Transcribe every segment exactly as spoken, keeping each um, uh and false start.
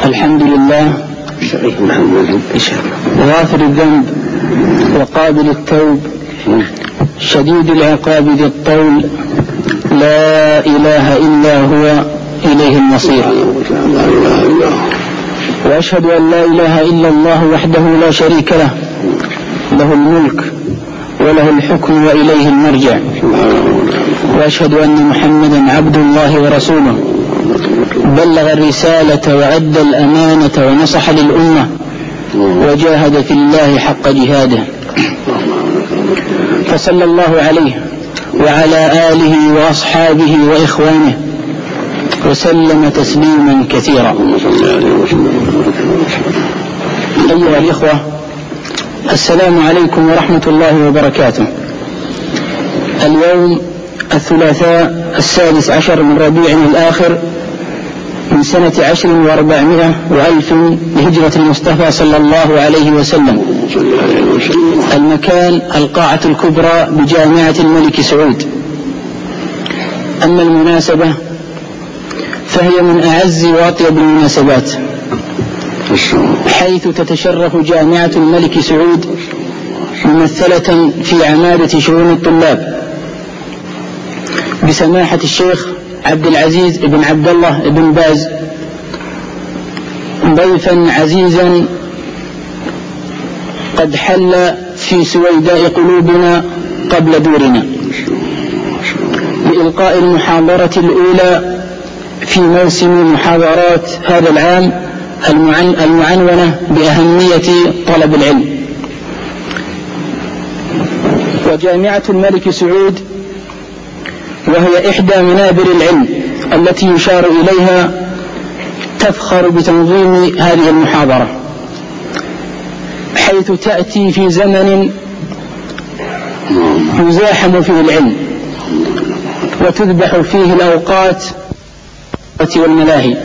الحمد لله غافر الذنب وقابل التوب شديد العقاب ذي الطول لا إله إلا هو إليه المصير. وأشهد أن لا إله إلا الله وحده لا شريك له له الملك وله الحكم وإليه المرجع. وأشهد أن محمدا عبد الله ورسوله بلغ الرسالة وأدى الأمانة ونصح للأمة وجاهد في الله حق جهاده، فصلى الله عليه وعلى آله وأصحابه وإخوانه وسلم تسليما كثيرا. أيها الإخوة، السلام عليكم ورحمة الله وبركاته. اليوم الثلاثاء السادس عشر من ربيع الآخر من سنة عشر وأربعمائة وألف لهجرة المصطفى صلى الله عليه وسلم. المكان القاعة الكبرى بجامعة الملك سعود. أما المناسبة فهي من أعز وأطيب المناسبات، حيث تتشرف جامعة الملك سعود ممثلة في عمادة شؤون الطلاب بسماحة الشيخ عبد العزيز بن عبد الله بن باز، ضيفا عزيزا قد حل في سويداء قلوبنا قبل دورنا بإلقاء المحاضرة الأولى في موسم محاضرات هذا العام المعنونة بأهمية طلب العلم. وجامعة الملك سعود وهي إحدى منابر العلم التي يشار إليها تفخر بتنظيم هذه المحاضرة، حيث تأتي في زمن يزاحم فيه العلم وتذبح فيه الأوقات والملاهي.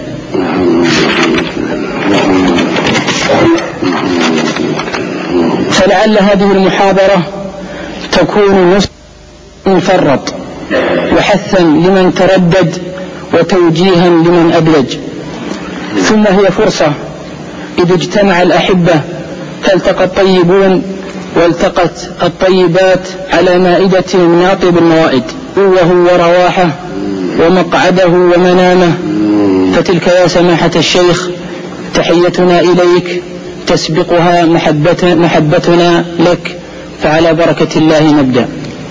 فلعل هذه المحاضرة تكون نصح مفرط وحثا لمن تردد وتوجيها لمن أبلج، ثم هي فرصة إذا اجتمع الأحبة فالتقى الطيبون والتقت الطيبات على مائدة من أطيب الموائد، وهو ورواحه ومقعده ومنامه. فتلك يا سماحة الشيخ تحيتنا إليك تسبقها محبة محبتنا لك، فعلى بركة الله نبدأ.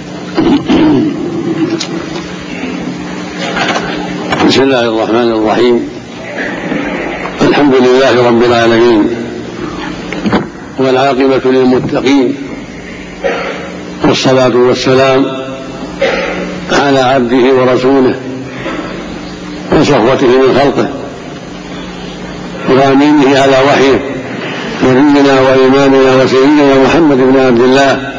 بسم الله الرحمن الرحيم. الحمد لله رب العالمين، والعاقبة للمتقين، والصلاة والسلام على عبده ورسوله وصفوته من خلقه وأمينه على وحيه نبينا وإمامنا وسيدنا محمد بن عبد الله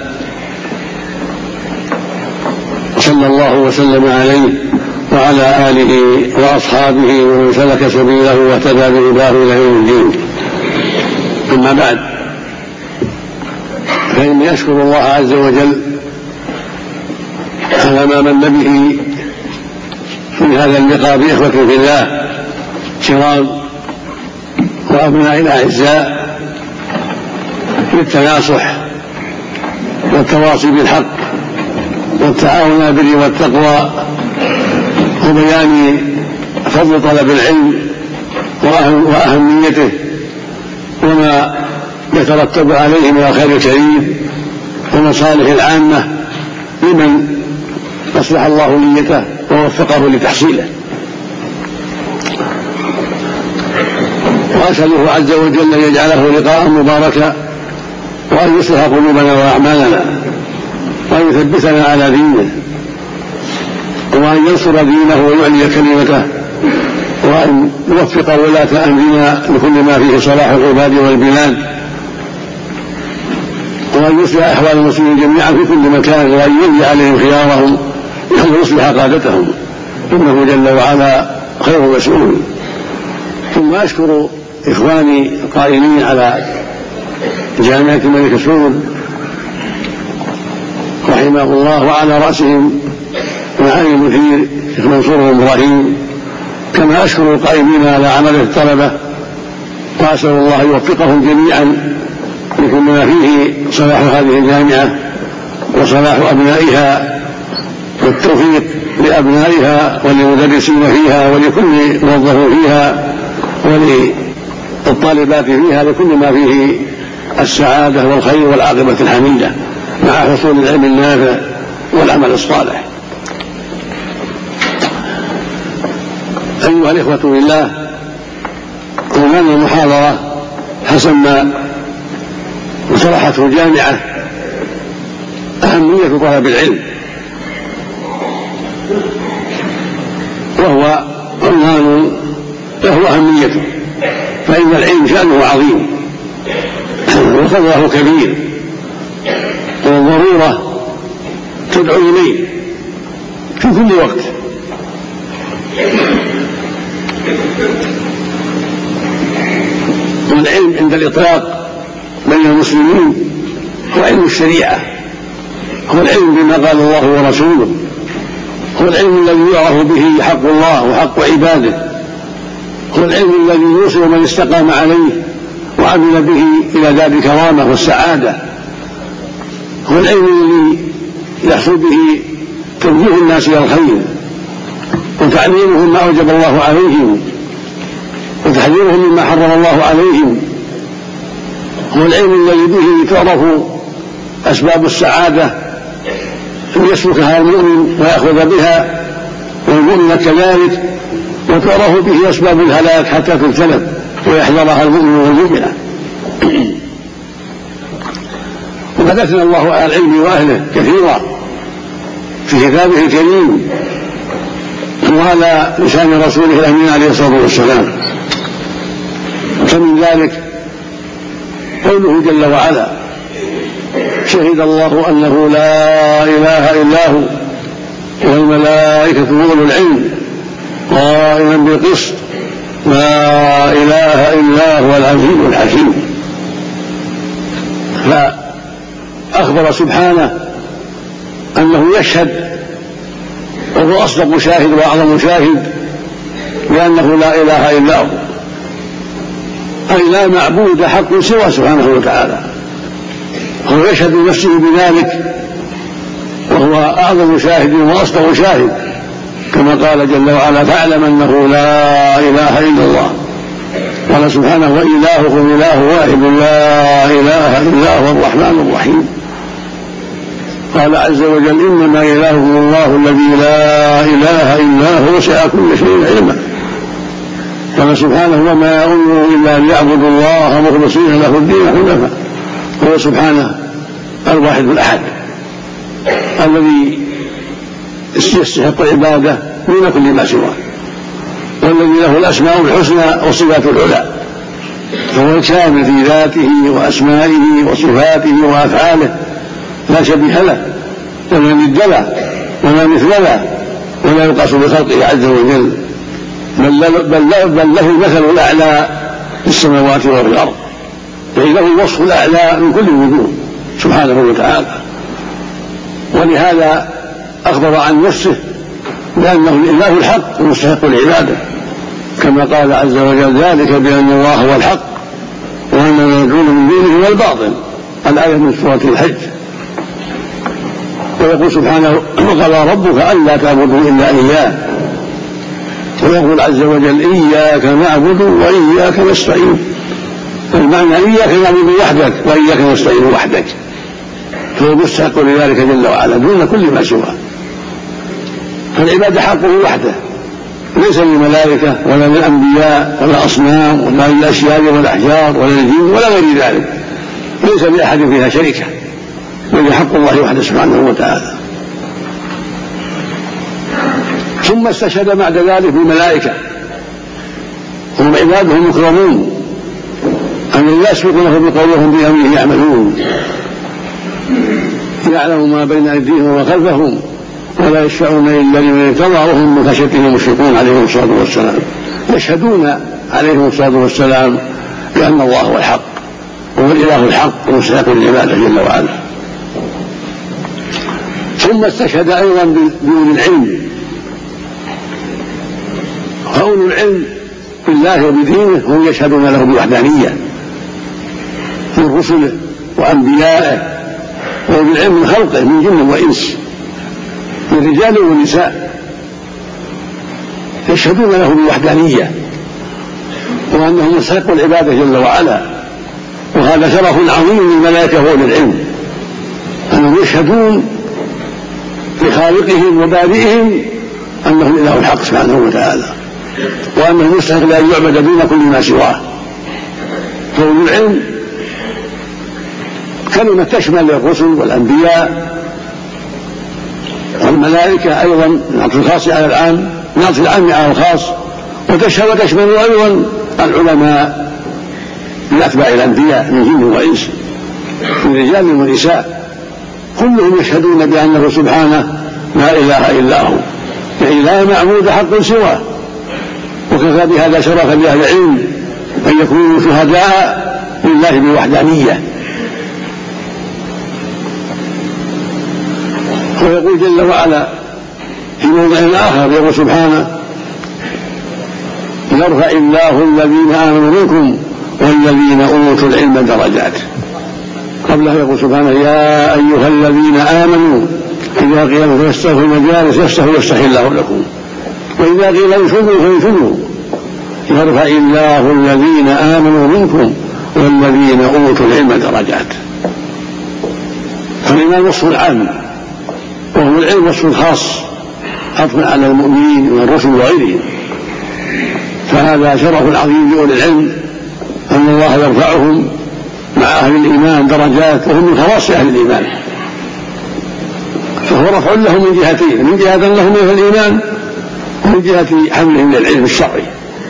صلى الله وسلم عليه وعلى آله وأصحابه ومن سلك سبيله واهتدى بهداه إلى يوم الدين. أما بعد، فإني أشكر الله عز وجل على ما من به في هذا اللقاء بإخوة في الله كرام وأبناء الأعزاء للتناصح والتواصي بالحق والتعاون على البر والتقوى وبيان فضل طلب العلم وأهميته وما يترتب عليه من الخير الكريم ومصالح العامة لمن أصلح الله نيته ووفقه لتحصيله. وأسأله عز وجل أن يجعله لقاء مباركا، وأن يصلح قلوبنا وأعمالنا، وأن يثبتنا على دينه، وأن ينصر دينه ويعلي كلمته، وأن يوفق ولاة أمرنا لكل ما فيه صلاح العباد والبلاد، وأن يصلح أحوال المسلمين جميعا في كل مكان، وأن يولي عليهم خيارهم وأن يصلح قادتهم، إنه جل وعلا خير مسؤول. ثم أشكر إخواني القائمين على جامعة الملك سعود رحمه الله، وعلى رأسهم معالي المدير الشيخ منصور بن إبراهيم، كما أشكر القائمين على عمل الطلبة وأسأل الله يوفقهم جميعا لكل ما فيه صلاح هذه الجامعة وصلاح أبنائها والتوفيق لأبنائها وللمدرسين فيها ولكل موظف فيها وللطالبات فيها، لكل ما فيه السعادة والخير والعاقبة الحميدة مع حصول العلم النافع والعمل الصالح. أيها الإخوة بالله، عنوان المحاضرة حسب ما شرحته الجامعة أهمية طلب العلم، وهو عنوان له أهميته، فإن العلم شأنه عظيم وفضله كبير، والضرورة تدعو إليه في كل وقت. والعلم عند الإطلاق بين المسلمين هو علم الشريعة، هو العلم بما قال الله ورسوله، هو العلم الذي يعرف به حق الله وحق عباده، هو العلم الذي يوصل من استقام عليه وعمل به إلى دار الكرامة والسعادة، هو العلم الذي يحصل به توجيه الناس إلى الخير وتعليمهم ما أوجب الله عليهم وتحذيرهم مما حرم الله عليهم، هو العلم الذي به تعرف أسباب السعادة أن يسلكها المؤمن ويأخذ بها والمؤمن كذلك، وتعرف به أسباب الهلاك حتى تجتنب ويحذرها المؤمن والمؤمنة. وقد أثنى الله على العلم وأهله كثيرا في كتابه الكريم وعلى لسان رسوله الأمين عليه الصلاة والسلام، فمن ذلك قوله جل وعلا: شهد الله أنه لا إله إلا هو والملائكة وأولو العلم قائما بالقسط لا إله إلا هو العزيز الحكيم. فأخبر سبحانه أنه يشهد وهو أصدق شاهد وأعظم شاهد لأنه لا إله إلا هو، أي لا معبود حق سوى سبحانه وتعالى، هو يشهد نفسه بذلك وهو أعظم شاهد وأصدق شاهد، كما قال جل وعلا: فاعلم أنه لا إله إلا الله. قال سبحانه: وإلهكم إله واحد لا إله إلا هو الرحمن الرحيم. قال عز وجل: إنما إلهكم الله الذي لا إله إلا هو وسع كل شيء علما. قال سبحانه: وما أمروا إلا ليعبدوا الله مخلصين له الدين حنفاء. هو سبحانه الواحد الأحد الذي يستحق العبادة دون كل ما سواه، والذي له الأسماء الحسنى والصفات العلى، فهو الكامل في ذاته وأسمائه وصفاته وأفعاله، لا شبيه له ولا ند له ولا مثل له ولا يقاس بخلقه عز وجل، بل له المثل الأعلى في السماوات وفي الأرض، فإنه الوصف الأعلى من كل الوجوه سبحانه وتعالى. ولهذا أخبر عن نفسه بأنه الإله الحق المستحق العبادة، كما قال عز وجل: ذلك بأن الله هو الحق وأن ما يدعون من دونه هو الباطل. الآية من سورة الحج. ويقول سبحانه: وقضى ربك ألا تعبدوا إلا إياه. ويقول عز وجل: إياك نعبد وإياك نستعين. المعنى: إياك نعبد وحدك وإياك نستعين وحدك، فهو مستحق لذلك جل وعلا دون كل ما سواه. فالعبادة حقه وحده، ليس للملائكة ولا للأنبياء ولا أصنام ولا للأشياء والأحجار ولا للجن ولا غير ذلك، ليس لأحد فيها شركة، بل حق الله وحده سبحانه وتعالى. ثم استشهد بعد ذلك بالملائكة، هم عباده مكرمون الذين يسبقونه بقولهم بأمره يعملون، يعلم ما بين أيديهم وما خلفهم ولا يشفعون إلا لمن ارتضى وهم من خشيته مشركون عليهم الصلاة والسلام. يشهدون عليهم الصلاة والسلام بأن الله هو الحق وهو الإله الحق ومستحق للعبادة جل وعلا. ثم استشهد أيضا بأولي العلم، فأولو العلم بالله وبدينه هم يشهدون له بالوحدانية من رسله وأنبيائه وبالعلم من خلقه من جن وإنس من رجال ونساء يشهدون له بالوحدانية وأنه يستحق العبادة جل وعلا. وهذا شرف عظيم للملائكة وأولي العلم أنهم يشهدون لخالقهم وبارئهم أنه الإله الحق سبحانه وتعالى وأنه يستحق لأن يعبد دون كل ما سواه. فأولي العلم كلمة تشمل الرسل والأنبياء والملائكة أيضا نعطي الخاص على العام نعطي العام على الخاص وتشمل تشمل أيضا العلماء من أتباع الأنبياء من جن وإنس من رجال ونساء كلهم يشهدون بأنه سبحانه لا إله إلا هو يعني لا معبود حق سواه. وكفى بهذا شرفا لأهل العلم أن يكونوا شهداء لله بالوحدانية. ويقول جل وعلا في موضع آخر يقول سبحانه يرفع الله الذين آمنوا منكم والذين أوتوا العلم درجات. قبله يقول سبحانه يا أيها الذين آمنوا إذا قيل لكم فاستغفروا المجالس يفسحوا يفسح الله لكم وإذا قيل انشدوا فانشدوا يرفع الله الذين آمنوا منكم والذين أوتوا العلم درجات. فالإيمان وصف عام وهو العلم وصف خاص عطفا على المؤمنين والرسل وغيرهم. فهذا شرف عظيم لأولي العلم أن الله يرفعهم مع أهل الإيمان درجات وهم من خواص أهل الإيمان. فهو رفع لهم من جهتين من جهة لهم من الإيمان ومن جهة حملهم للعلم الشرعي.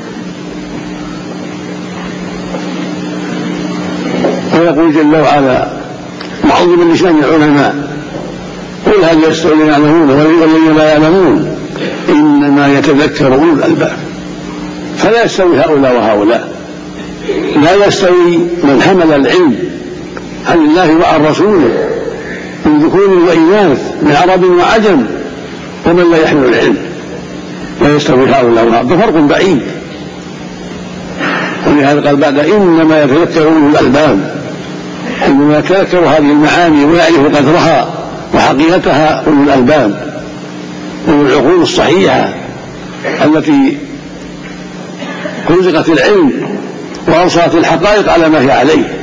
ويقول جل وعلا معظما لشأن العلماء قل هل يستوي الذين يعلمون والذين لا يعلمون إنما يتذكر أولو الألباب. فلا يستوي هؤلاء وهؤلاء لا يستوي من حمل العلم عن الله وعن رسوله من ذكور وإناث من عرب وعجم ومن لا يحمل العلم لا يستوي هؤلاء وهؤلاء بفرق بعيد. ولهذا قال بعد إنما يتذكر أولو الألباب إنما يتذكر هذه المعاني ويعرف قدرها وحقيقتها أولو الألباب أولو العقول الصحيحة التي رزقت العلم وأبصرت الحقائق على ما هي عليه.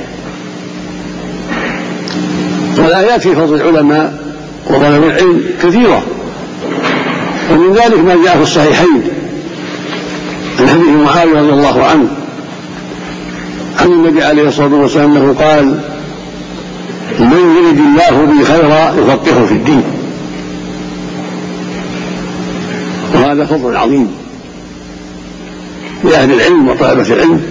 والآيات في فضل العلماء وطلب العلم كثيرة ومن ذلك ما جاء في الصحيحين عن حديث معاوية رضي الله عنه عن النبي عليه الصلاة والسلام أنه قال من يرد الله به خيرا يفقهه في الدين. وهذا فضل عظيم لأهل العلم وطلبة العلم.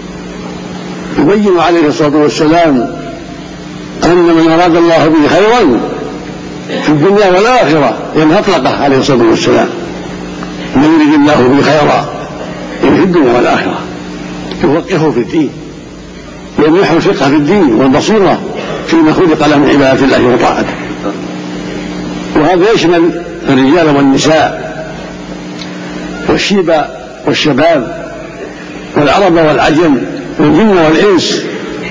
يبين عليه الصلاة والسلام أن من أراد الله به خيرا في الدنيا والآخرة يعني أطلقه عليه الصلاة والسلام من يرد الله به خيرا يعني في الدنيا والآخرة يفقهه في الدين يمنحه الفقه في الدين والبصيرة فيما خلق له من عبادة الله وطاعته. وهذا يشمل الرجال والنساء والشيب والشباب والعرب والعجم والجن والإنس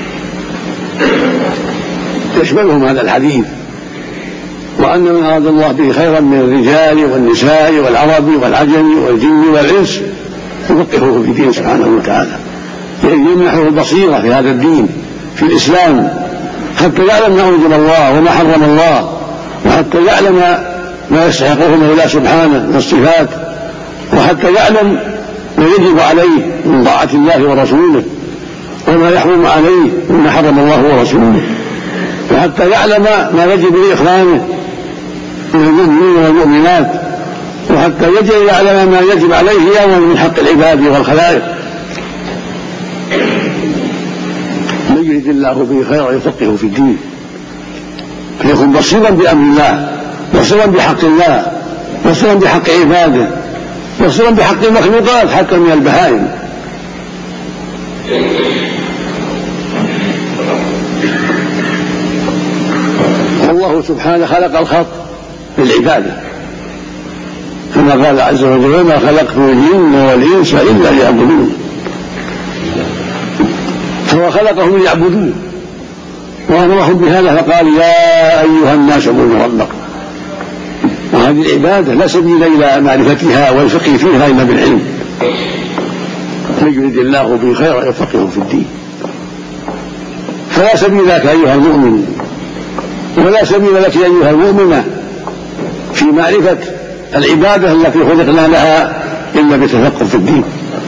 يشملهم هذا الحديث. وأن من أراد الله به خيرا من الرجال والنساء والعرب والعجم والجن والإنس يفقهه في الدين سبحانه وتعالى يمنحه البصيرة في هذا الدين في الإسلام حتى يعلم ما أوجب الله وما حرم الله وحتى يعلم ما يستحقه مولاه سبحانه من الصفات وحتى يعلم ما يجب عليه من طاعة الله ورسوله وما يحرم عليه مما حرم الله ورسوله وحتى يعلم ما يجب لإخوانه من المؤمنين والمؤمنات وحتى يجب يعلم ما يجب عليه يوما من حق العباد والخلائق. من يرد الله به خيرا يفقهه في الدين فيكون بصيرا بأمر الله بصيرا بحق الله بصيرا بحق عباده بصيرا بحق المخلوقات حتى من البهائم. والله سبحانه خلق الخلق للعبادة كما قال عز وجل وما خلقت الجن والإنس إلا ليعبدون، فهو خلقهم ليعبدوه وأمرهم بهذا فقال يا أيها الناس اعبدوا ربكم. وهذه العبادة لا سبيل إلى معرفتها والفقه فيها إلا بالعلم، من يرد الله به خيرا يفقهه في الدين. فلا سبيل لك أيها المؤمن ولا سبيل لك أيها المؤمنة في معرفة العبادة التي خلقنا لها إلا بتفقه في الدين.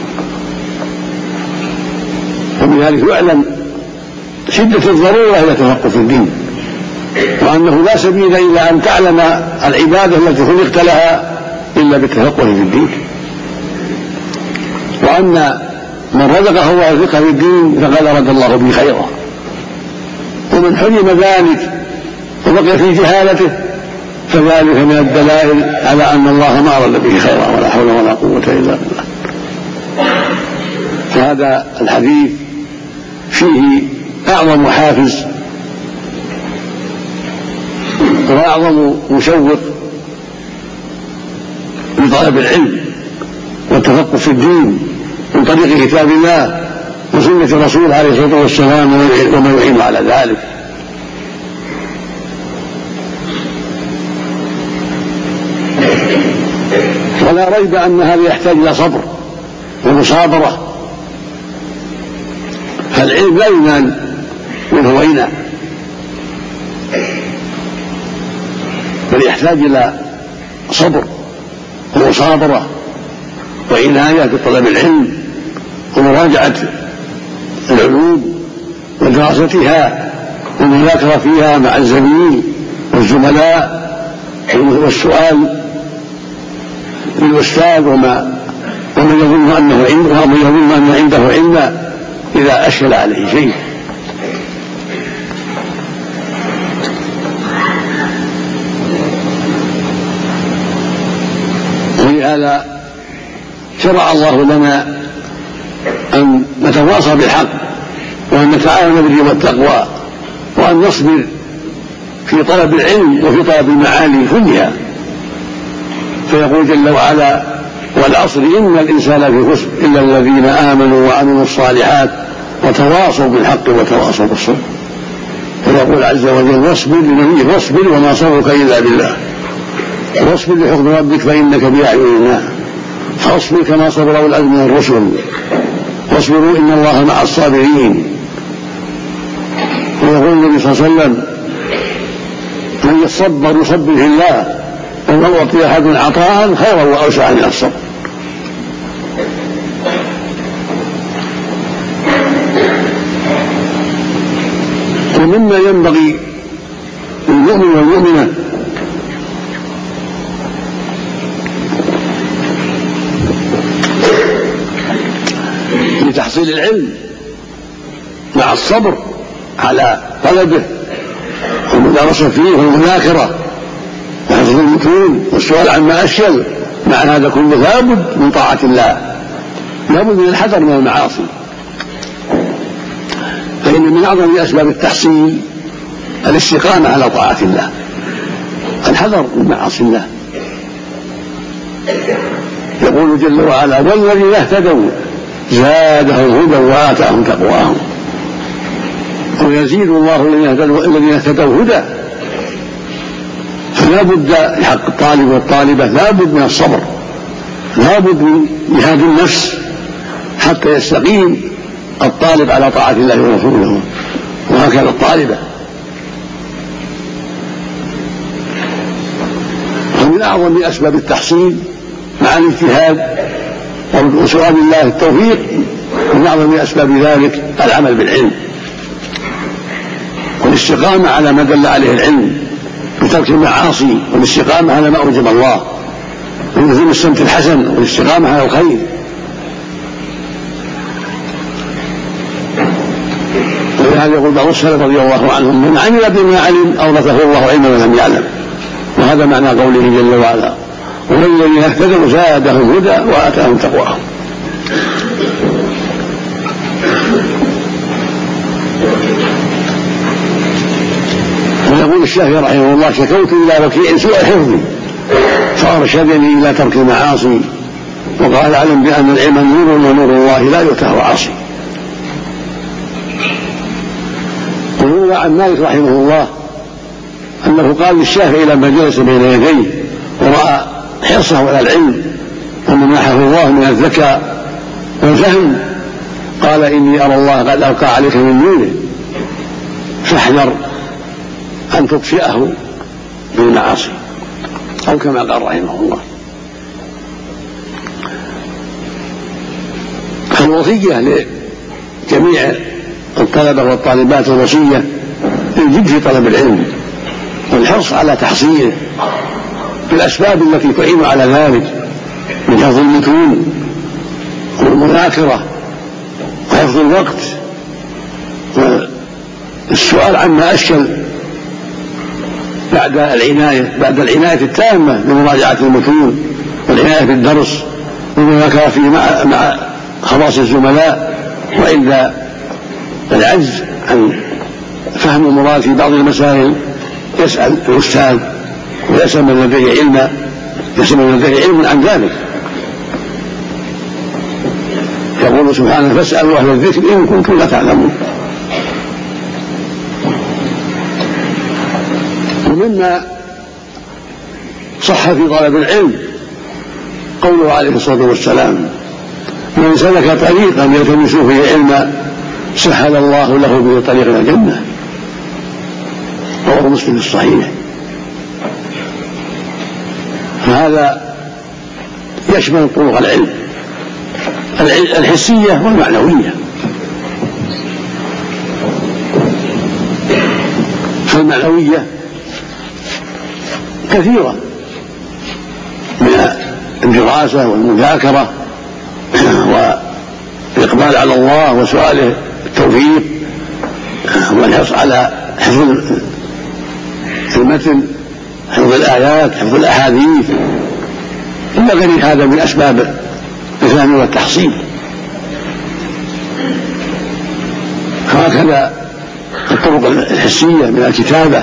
وبذلك يعلم شدة الضرورة إلى تفقه في الدين، وأنه لا سبيل إلى أن تعلم العبادة التي خلقت لها إلا بالتفقه في الدين، وأن من رزقه الله الفقه في الدين فقد أراد الله به خيرا، ومن حرم ذلك وبقي في جهالته فذلك من الدلائل على أن الله ما أراد به خيرا ولا حول ولا قوة إلا بالله. فهذا الحديث فيه أعظم حافز وأعظم مشوق لطلب العلم والتفقه في الدين من طريق كتاب الله وسنة الرسول عليه الصلاة والسلام ومن يعين على ذلك. ولا ريب أن هذا يحتاج إلى صبر ومصابرة، فالعلم لا ينال منه غنى بل يحتاج إلى صبر ومصابرة وعناية بطلب العلم ومراجعة العلوم ودراستها والمذاكرة فيها مع الزميل والزملاء والسؤال للأستاذ وما ومن يظن أنه عنده ومن يظن أن عنده علما إذا أشكل عليه شيء. ولهذا شرع الله لنا أن نتواصى بالحق وأن نتعاون بالبر والتقوى وأن نصبر في طلب العلم وفي طلب المعالي كلها. فيقول جل وعلا والعصر إن الإنسان لفي خسر إلا الذين آمنوا وعملوا الصالحات وتواصوا بالحق وتواصوا بالصبر. ويقول عز وجل واصبر لنبيه واصبر وما صبرك إلا بالله واصبر لحكم ربك فإنك بأعيننا فاصبر كما صبر أولو العزم من الرسل واصبروا إن الله مع الصابرين. ويقول النبي صلى الله عليه وسلم من يصبر يصبر في الله ومن أعطي أحد عطاء خيرا وأوسع من الصبر. ومما ينبغي للمؤمن والمؤمنة لتحصيل العلم مع الصبر على طلبه والمدارسة فيه والمذاكرة وحفظ المتون والسؤال عما أشكل، مع هذا كله لابد من طاعة الله، لابد من الحذر من المعاصي، فإن من أعظم أسباب التحصيل الاستقامة على طاعة الله، الحذر من معاصي الله. يقول جل وعلا والذين اهتدوا زادهم هدى وآتاهم تقواهم. ويزيد الله الذين اهتدوا هدى. فلا بد لحق الطالب والطالبة لا بد من الصبر، لا بد من جهاد النفس حتى يستقيم الطالب على طاعة الله ورسوله، وهكذا الطالبة. ومن أعظم أسباب التحصيل مع الاجتهاد وسؤال الله التوفيق من أعظم أسباب ذلك العمل بالعلم والاستقامة على ما دل عليه العلم بترك المعاصي والاستقامة على ما أوجب الله ولزوم السمت الحسن والاستقامة على الخير. ولهذا يقول بعض السلف رضي الله عنهم من عمل بما علم أورثه الله علما ولم يعلم، وهذا معنى قوله جل وعلا والذين اهتدوا زادهم هدى وآتاهم تقواهم. ويقول الشافعي رحمه الله شكوت إلى وكيع سوء حفظي فأرشدني إلى ترك المعاصي، وقال اعلم بأن العلم نور ونور الله لا يؤتاه عاصي. وروى عن مالك رحمه الله أنه قال للشافعي لما جلس بين يديه ورأى حرصه على العلم ومنحه الله من الذكاء والفهم، قال إني أرى الله قد ألقى عليك من نوره فاحذر أن تطفئه بالمعاصي، أو كما قال رحمه الله. فالوصية لجميع الطلبة والطالبات الوصية الجد في طلب العلم والحرص على تحصيله بالأسباب التي تعين على ذلك من حفظ المتون والمذاكرة وحفظ الوقت والسؤال عما أشكل بعد العناية بعد العناية التامة بمراجعة المتون والعناية بالدرس والمذاكرة فيه مع, مع خواص الزملاء، وإلا العجز عن فهم المراد في بعض المسائل يسأل الأستاذ ويسأل من لديه علم يسأل من لديه علم عن ذلك. يقول سبحانه فاسألوا أهل الذكر إن كنتم لا تعلمون. ومما صح في طلب العلم قوله عليه الصلاة والسلام من سلك طريقا يلتمس فيه علما سهل الله له به طريق إلى الجنة، رواه مسلم الصحيح. فهذا يشمل طرق العلم الحسية والمعنوية. فالمعنوية كثيرة من الدراسة والمذاكرة والإقبال على الله وسؤاله التوفيق والحرص على حفظ المتن، حفظ الآيات، حفظ الأحاديث، إلا غير هذا من أسباب الفهم والتحصيل. هكذا الطرق الحسية من الكتابة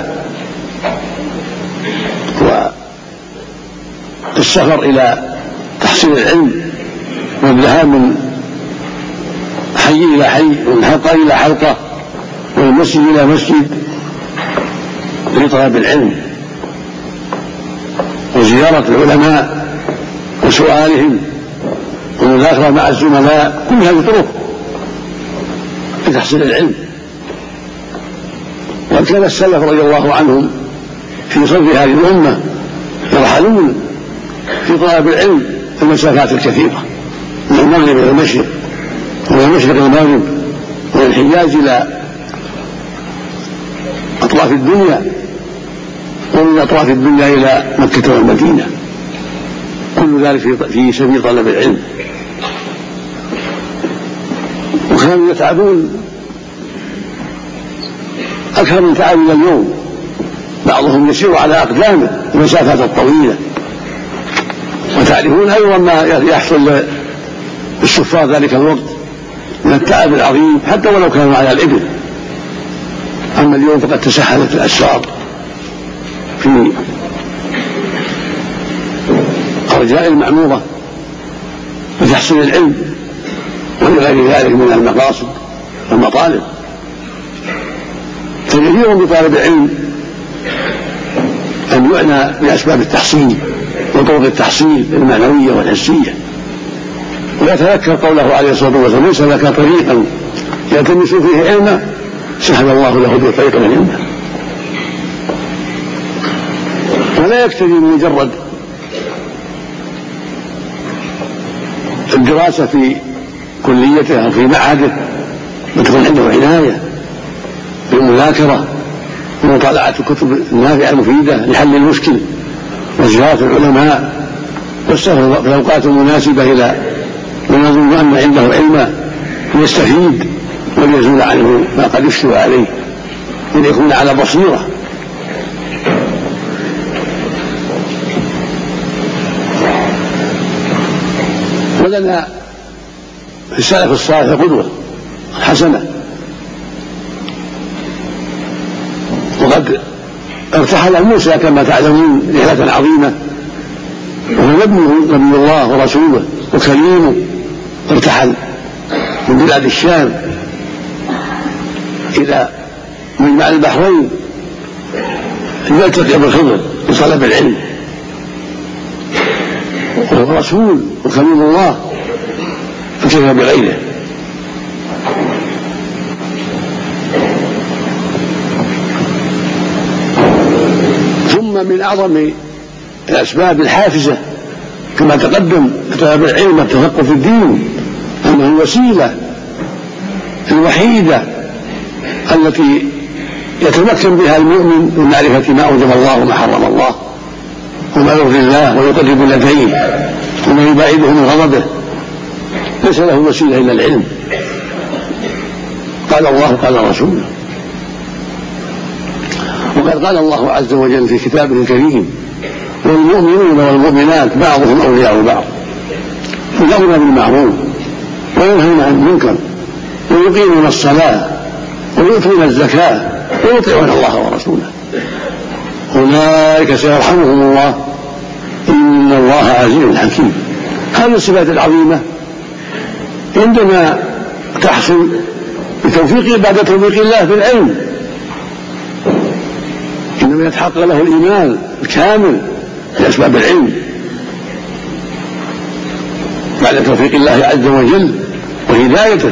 والسفر إلى تحصيل العلم والذهاب من حي إلى حي ومن حلقة إلى حلقة ومن مسجد إلى مسجد لطلب العلم وزيارة العلماء وسؤالهم والمذاكرة مع الزملاء، كل هذه طرق لتحصيل العلم. وكان السلف رضي الله عنهم في صدر هذه الأمة يرحلون في طلب العلم المسافات الكثيرة من المغرب إلى المشرق ومن المشرق إلى المغرب ومن الحجاز إلى أطراف الدنيا ومن أطراف الدنيا إلى مكة والمدينة، كل ذلك في سبيل طلب العلم. وكانوا يتعبون أكثر من تعبنا اليوم، بعضهم يسير على أقدامه المسافات الطويلة. وتعرفون أيضا ما يحصل للسفار ذلك الوقت من التعب العظيم حتى ولو كانوا على الإبل. أما اليوم فقد تسهلت الأسفار في أرجاء المعمورة لتحصيل العلم ولغير ذلك من المقاصد والمطالب. فجدير بطالب العلم أن يعنى بأسباب التحصيل وطرق التحصيل المعنوية والحسية، ويتذكر قوله عليه الصلاة والسلام من سلك طريقا يلتمس فيه علما سهل الله له به طريقا العلم. ولا يكتفي بمجرد الدراسة في كليته أو في معهده، وتكون عنده عناية بالمذاكرة ومطالعة الكتب النافعة المفيدة لحل المشكل وزيارة العلماء والسفر في الأوقات المناسبة إلى من يظن أن عنده علما ليستفيد وليزول عنه ما قد اشتبه عليه وليكون على بصيرة. ولنا في السلف الصالح قدوة حسنة، وقد ارتحل موسى كما تعلمون رحلة عظيمة وهو نبيه نبي الله ورسوله وكريمه، ارتحل من بلاد الشام إلى مجمع البحرين ليلتقي بالخضر لطلب العلم، وهو رسول وكريم الله فكيف بغيره. ثم من أعظم الأسباب الحافزة كما تقدم طلب العلم والتفقه في الدين أنه الوسيلة الوحيدة التي يتمكن بها المؤمن من معرفة ما أوجب الله وما حرم الله وما يرضي الله ويقرب لديه وما يبعده من غضبه. ليس له وسيلة إلا العلم. قال الله قال رسوله، وقد قال الله عز وجل في كتابه الكريم: والمؤمنون والمؤمنات بعضهم أولياء بعض يأمرون بالمعروف وينهون عن المنكر ويقيمون الصلاة ويؤتون الزكاة ويطيعون الله ورسوله أولئك سيرحمهم الله إن الله عزيز حكيم. هذه الصفات العظيمة عندما تحصل بتوفيق بعد توفيق الله في العلم، إنما يتحقق له الإيمان الكامل بأسباب العلم بعد توفيق الله عز وجل وهدايته،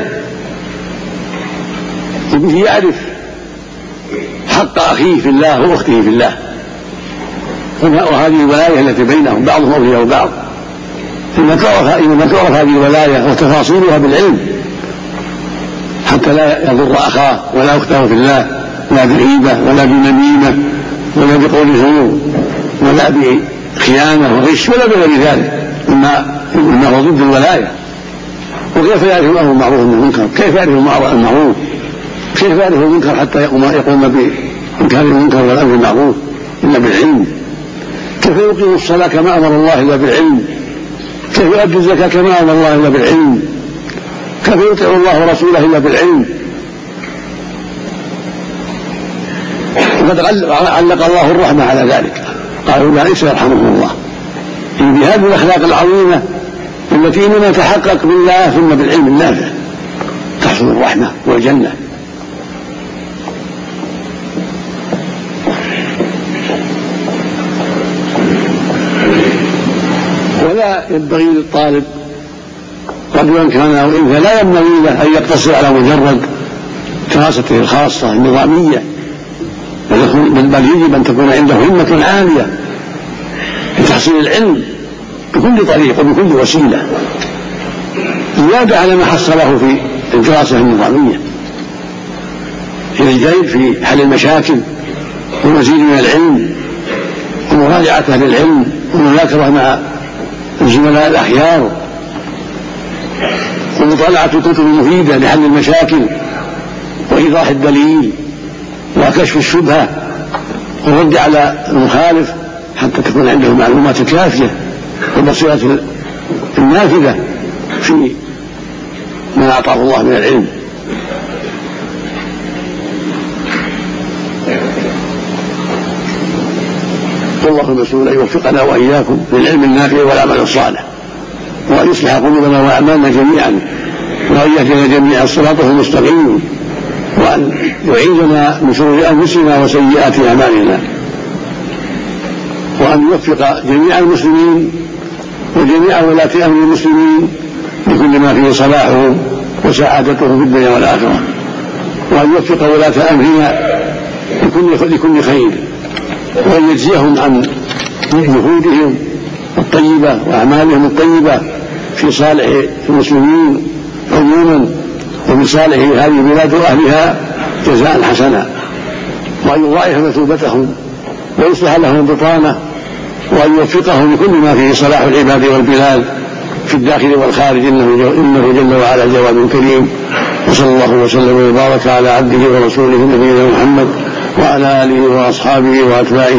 وبه يعرف حق أخيه في الله وأخته في الله، وهذه الولاية التي بينهم بعضهم أولياء بعض. إنما تعرف هذه الولاية وتفاصيلها بالعلم حتى لا يضر أخاه ولا أخته في الله، لا بالغيبة ولا بالنميمة ولا بقول زور ولا بخيانة وغش ولا بغير ذلك مما هو ضد الولاية. وكيف يعرف الأمر المعروف من المنكر؟ كيف يعرف المعروف؟ كيف يعرف المنكر حتى يقوم بإنكار المنكر والأمر المعروف إلا بالعلم؟ كيف يقيم الصلاة كما أمر الله إلا بالعلم؟ كيف يؤدي الزكاة كما أمر الله إلا بالعلم؟ كيف يطيع الله ورسوله إلا بالعلم؟ وقد علق الله الرحمة على ذلك، قال أولئك يرحمهم الله. إن بهذه الأخلاق العظيمة التي إنما تحقق بالله ثم بالعلم النافع تحصل الرحمة والجنة. ولا ينبغي للطالب رجلا كان أو إنثى لا ينبغي له أن يقتصر على مجرد دراسته الخاصة النظامية، بل يجب أن تكون عنده همة عالية لتحصيل العلم بكل طريق وبكل وسيلة زيادة على ما حصله في الدراسة النظامية، يجتهد في حل المشاكل ومزيد من العلم ومراجعة أهل العلم ومذاكرة مع الزملاء الأخيار ومطالعة الكتب المفيدة لحل المشاكل وإيضاح الدليل وكشف الشبهة والرد على المخالف حتى تكون عنده معلومات كافية والبصيرة النافذة في ما أعطاه الله من العلم. والله المسؤول أن يوفقنا وإياكم للعلم النافع والعمل الصالح، وأن يصلح قلوبنا وأعمالنا جميعا، وأن يهدينا جميعا صراطه المستقيم، وأن يعيذنا من شرور أنفسنا وسيئات أعمالنا، وأن يوفق جميع المسلمين وجميع ولاة أمر المسلمين بكل ما فيه صلاحهم وسعادتهم في الدنيا والآخرة، وأن يوفق ولاة أمرنا لكل خير، وأن يجزيهم عن جهودهم الطيبة وأعمالهم الطيبة في صالح المسلمين عموما وفي صالح هذه البلاد وأهلها جزاء حسنا، وأن يضاعف مثوبتهم ويصلح لهم البطانة، وأن يوفقهم لكل ما فيه صلاح العباد والبلاد في الداخل والخارج، إنه, إنه جل وعلا جواد كريم. وصلى الله وسلم وبارك على عبده ورسوله نبينا محمد وعلى آله وأصحابه وأتباعه.